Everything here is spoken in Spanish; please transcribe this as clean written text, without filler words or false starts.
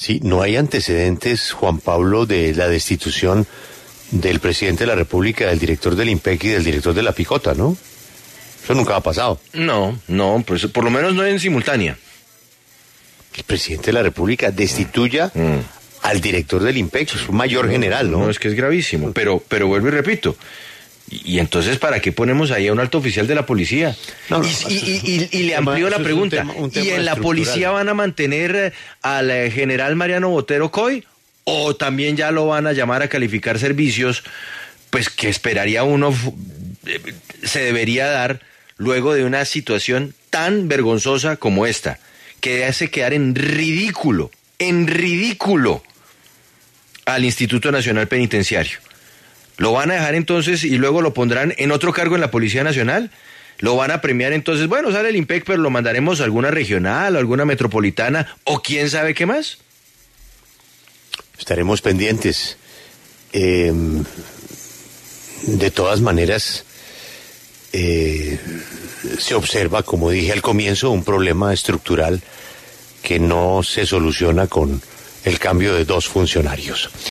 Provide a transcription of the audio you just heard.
Sí, no hay antecedentes, Juan Pablo, de la destitución del presidente de la República, del director del IMPEC y del director de la Picota, ¿no? Eso nunca ha pasado. No, pues por lo menos no en simultánea. El presidente de la República destituya al director del IMPEC, es un mayor general, ¿no? No, es que es gravísimo, pero vuelvo y repito. Y entonces, ¿para qué ponemos ahí a un alto oficial de la policía? No, y le amplío la pregunta. Un tema ¿Y en la policía van a mantener al general Mariano Botero Coy? ¿O también ya lo van a llamar a calificar servicios? Pues que esperaría uno, se debería dar luego de una situación tan vergonzosa como esta, que hace quedar en ridículo al Instituto Nacional Penitenciario. ¿Lo van a dejar entonces y luego lo pondrán en otro cargo en la Policía Nacional? ¿Lo van a premiar entonces? Bueno, sale el IMPEC, pero lo mandaremos a alguna regional, o alguna metropolitana, o quién sabe qué más. Estaremos pendientes. De todas maneras, se observa, como dije al comienzo, un problema estructural que no se soluciona con el cambio de 2 funcionarios.